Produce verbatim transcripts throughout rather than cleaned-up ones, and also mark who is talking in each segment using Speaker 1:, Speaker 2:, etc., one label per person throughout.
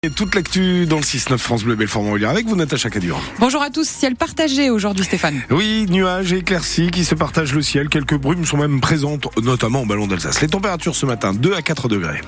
Speaker 1: Et toute l'actu dans le six neuf France Bleu Belfort-Montbéliard avec vous, Natacha Cadur.
Speaker 2: Bonjour à tous. Ciel partagé aujourd'hui, Stéphane.
Speaker 1: Oui, nuages et éclaircies qui se partagent le ciel. Quelques brumes sont même présentes, notamment au Ballon d'Alsace. Les températures ce matin, deux à quatre degrés.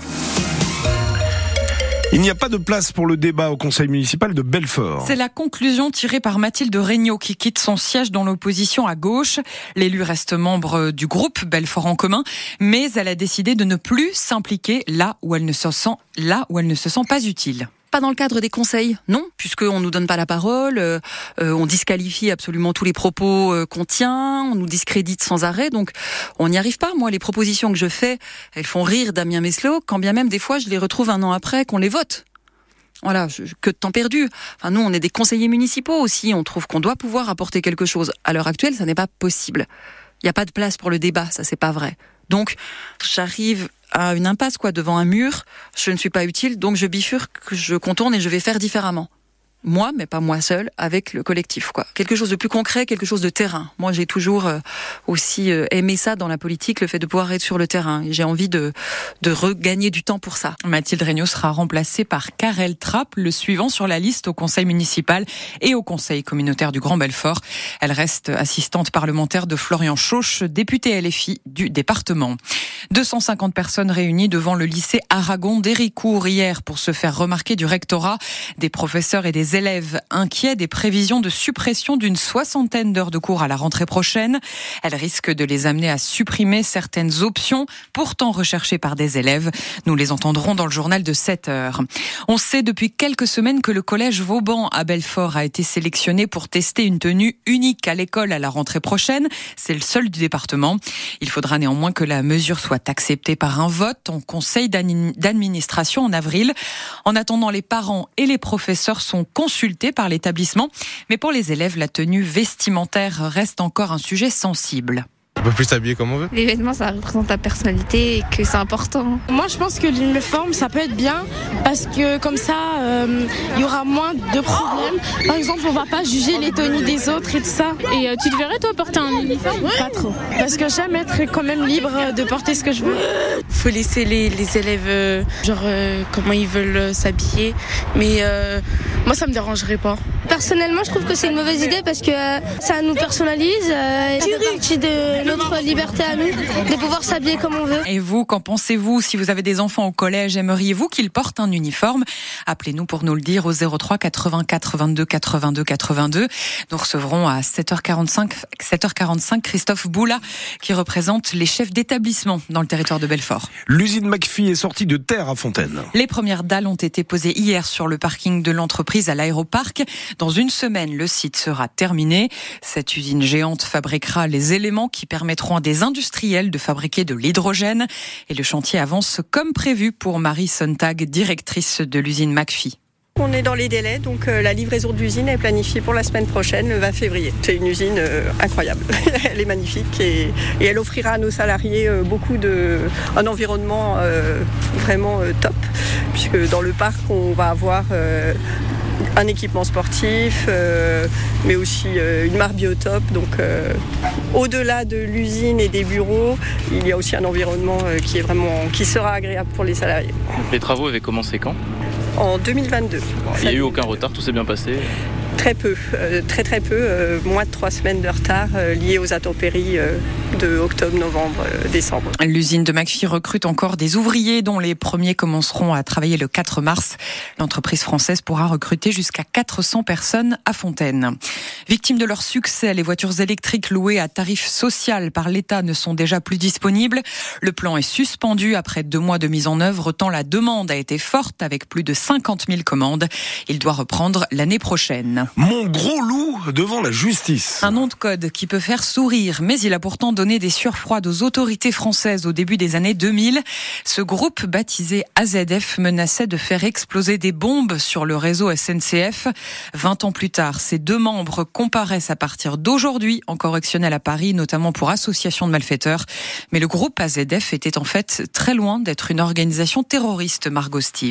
Speaker 1: Il n'y a pas de place pour le débat au conseil municipal de Belfort.
Speaker 2: C'est la conclusion tirée par Mathilde Regnault qui quitte son siège dans l'opposition à gauche. L'élu reste membre du groupe Belfort en commun, mais elle a décidé de ne plus s'impliquer là où elle ne se sent, là où elle ne se sent pas utile.
Speaker 3: Pas dans le cadre des conseils, non, puisqu'on nous donne pas la parole, euh, on disqualifie absolument tous les propos euh, qu'on tient, on nous discrédite sans arrêt, donc on n'y arrive pas. Moi, les propositions que je fais, elles font rire Damien Meslot, quand bien même des fois je les retrouve un an après qu'on les vote. Voilà, je, que de temps perdu. Enfin, nous, on est des conseillers municipaux aussi, on trouve qu'on doit pouvoir apporter quelque chose. À l'heure actuelle, ça n'est pas possible. Il n'y a pas de place pour le débat, ça c'est pas vrai. Donc, j'arrive à une impasse, quoi, devant un mur, je ne suis pas utile, donc je bifurque, je contourne et je vais faire différemment. Moi, mais pas moi seul, avec le collectif, quoi. Quelque chose de plus concret, quelque chose de terrain. Moi, j'ai toujours euh, aussi euh, aimé ça dans la politique, le fait de pouvoir être sur le terrain. Et j'ai envie de, de regagner du temps pour ça.
Speaker 2: Mathilde Regnault sera remplacée par Karel Trapp, le suivant sur la liste au conseil municipal et au conseil communautaire du Grand Belfort. Elle reste assistante parlementaire de Florian Chauche, député L F I du département. deux cent cinquante personnes réunies devant le lycée Aragon d'Héricourt hier pour se faire remarquer du rectorat. Des professeurs et des élèves inquiets des prévisions de suppression d'une soixantaine d'heures de cours à la rentrée prochaine. Elles risquent de les amener à supprimer certaines options pourtant recherchées par des élèves. Nous les entendrons dans le journal de sept heures. On sait depuis quelques semaines que le collège Vauban à Belfort a été sélectionné pour tester une tenue unique à l'école à la rentrée prochaine. C'est le seul du département. Il faudra néanmoins que la mesure soit acceptée par un vote en conseil d'administration en avril. En attendant, les parents et les professeurs sont consultés par l'établissement. Mais pour les élèves, la tenue vestimentaire reste encore un sujet sensible.
Speaker 4: On peut plus s'habiller comme on veut.
Speaker 5: Les vêtements, ça représente ta personnalité et que c'est important.
Speaker 6: Moi, je pense que l'uniforme, ça peut être bien parce que comme ça, euh, il y aura moins de problèmes. Par exemple, on va pas juger les tenues des autres et tout ça.
Speaker 7: Et euh, tu te verrais, toi, porter un uniforme ?
Speaker 6: Pas trop. Parce que j'aime être quand même libre de porter ce que je veux.
Speaker 8: Faut laisser les, les élèves, euh, genre, euh, comment ils veulent euh, s'habiller. Mais euh, moi, ça me dérangerait pas.
Speaker 5: Personnellement, je trouve que c'est une mauvaise idée parce que euh, ça nous personnalise. Euh, ça fait partie de notre liberté à nous, de pouvoir s'habiller comme on veut.
Speaker 2: Et vous, qu'en pensez-vous? Si vous avez des enfants au collège, aimeriez-vous qu'ils portent un uniforme? Appelez-nous pour nous le dire au zéro trois quatre-vingt-quatre vingt-deux quatre-vingt-deux quatre-vingt-deux. Nous recevrons à sept heures quarante-cinq, sept heures quarante-cinq Christophe Boula qui représente les chefs d'établissement dans le territoire de Belfort.
Speaker 1: L'usine McPhy est sortie de terre à Fontaine.
Speaker 2: Les premières dalles ont été posées hier sur le parking de l'entreprise à l'aéroparc. Dans une semaine, le site sera terminé. Cette usine géante fabriquera les éléments qui permettront à des industriels de fabriquer de l'hydrogène. Et le chantier avance comme prévu pour Marie Sontag, directrice de l'usine McPhy.
Speaker 9: On est dans les délais, donc euh, la livraison de l'usine est planifiée pour la semaine prochaine, le vingt février. C'est une usine euh, incroyable, elle est magnifique et, et elle offrira à nos salariés euh, beaucoup de, un environnement euh, vraiment euh, top, puisque dans le parc on va avoir euh, un équipement sportif, euh, mais aussi euh, une mare biotope. Donc euh, au-delà de l'usine et des bureaux, il y a aussi un environnement euh, qui est vraiment, qui sera agréable pour les salariés.
Speaker 10: Les travaux avaient commencé quand ?
Speaker 9: En deux mille vingt-deux.
Speaker 10: Il n'y a eu aucun retard, tout s'est bien passé?
Speaker 9: Très peu, euh, très très peu, euh, moins de trois semaines de retard euh, liés aux intempéries euh, de octobre, novembre, euh, décembre.
Speaker 2: L'usine de McPhy recrute encore des ouvriers dont les premiers commenceront à travailler le quatre mars. L'entreprise française pourra recruter jusqu'à quatre cents personnes à Fontaine. Victimes de leur succès, les voitures électriques louées à tarif social par l'État ne sont déjà plus disponibles. Le plan est suspendu après deux mois de mise en œuvre, tant la demande a été forte avec plus de cinquante mille commandes. Il doit reprendre l'année prochaine.
Speaker 1: Mon gros loup devant la justice.
Speaker 2: Un nom de code qui peut faire sourire, mais il a pourtant donné des sueurs froides aux autorités françaises au début des années deux mille. Ce groupe baptisé A Z F menaçait de faire exploser des bombes sur le réseau S N C F. Vingt ans plus tard, ses deux membres comparaissent à partir d'aujourd'hui en correctionnel à Paris, notamment pour association de malfaiteurs. Mais le groupe A Z F était en fait très loin d'être une organisation terroriste, Margot Steve.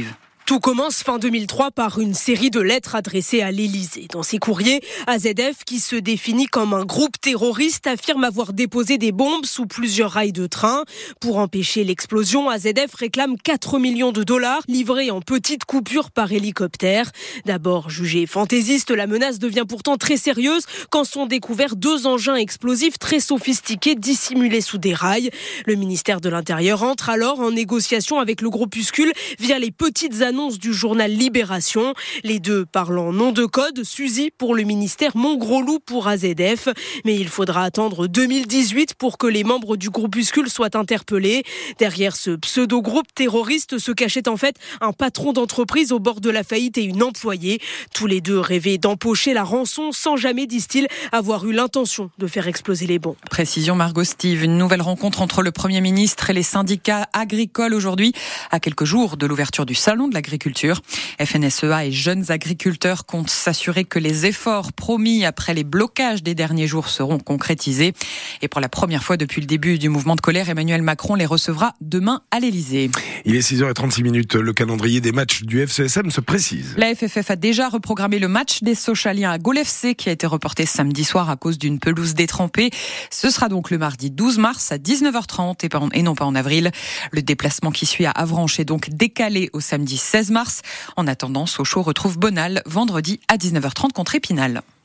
Speaker 4: Tout commence fin deux mille trois par une série de lettres adressées à l'Élysée. Dans ces courriers, A Z F, qui se définit comme un groupe terroriste, affirme avoir déposé des bombes sous plusieurs rails de train. Pour empêcher l'explosion, A Z F réclame quatre millions de dollars livrés en petites coupures par hélicoptère. D'abord jugée fantaisiste, la menace devient pourtant très sérieuse quand sont découverts deux engins explosifs très sophistiqués dissimulés sous des rails. Le ministère de l'Intérieur entre alors en négociation avec le groupuscule via les petites annonces du journal Libération. Les deux parlent en nom de code, Suzy pour le ministère, Montgrosloup pour A Z F. Mais il faudra attendre deux mille dix-huit pour que les membres du groupuscule soient interpellés. Derrière ce pseudo-groupe terroriste se cachait en fait un patron d'entreprise au bord de la faillite et une employée. Tous les deux rêvaient d'empocher la rançon sans jamais, disent-ils, avoir eu l'intention de faire exploser les bombes.
Speaker 2: Précision Margot Steve, une nouvelle rencontre entre le Premier ministre et les syndicats agricoles aujourd'hui, à quelques jours de l'ouverture du salon de l'agriculture. F N S E A et jeunes agriculteurs comptent s'assurer que les efforts promis après les blocages des derniers jours seront concrétisés. Et pour la première fois depuis le début du mouvement de colère, Emmanuel Macron les recevra demain à l'Élysée.
Speaker 1: Il est six heures trente-six minutes. Le calendrier des matchs du F C S M se précise.
Speaker 2: La F F F a déjà reprogrammé le match des Sochaliens à Gaulle F C qui a été reporté samedi soir à cause d'une pelouse détrempée. Ce sera donc le mardi douze mars à dix-neuf heures trente et non pas en avril. Le déplacement qui suit à Avranches est donc décalé au samedi seize mars. En attendant, Sochaux retrouve Bonal vendredi à dix-neuf heures trente contre Épinal.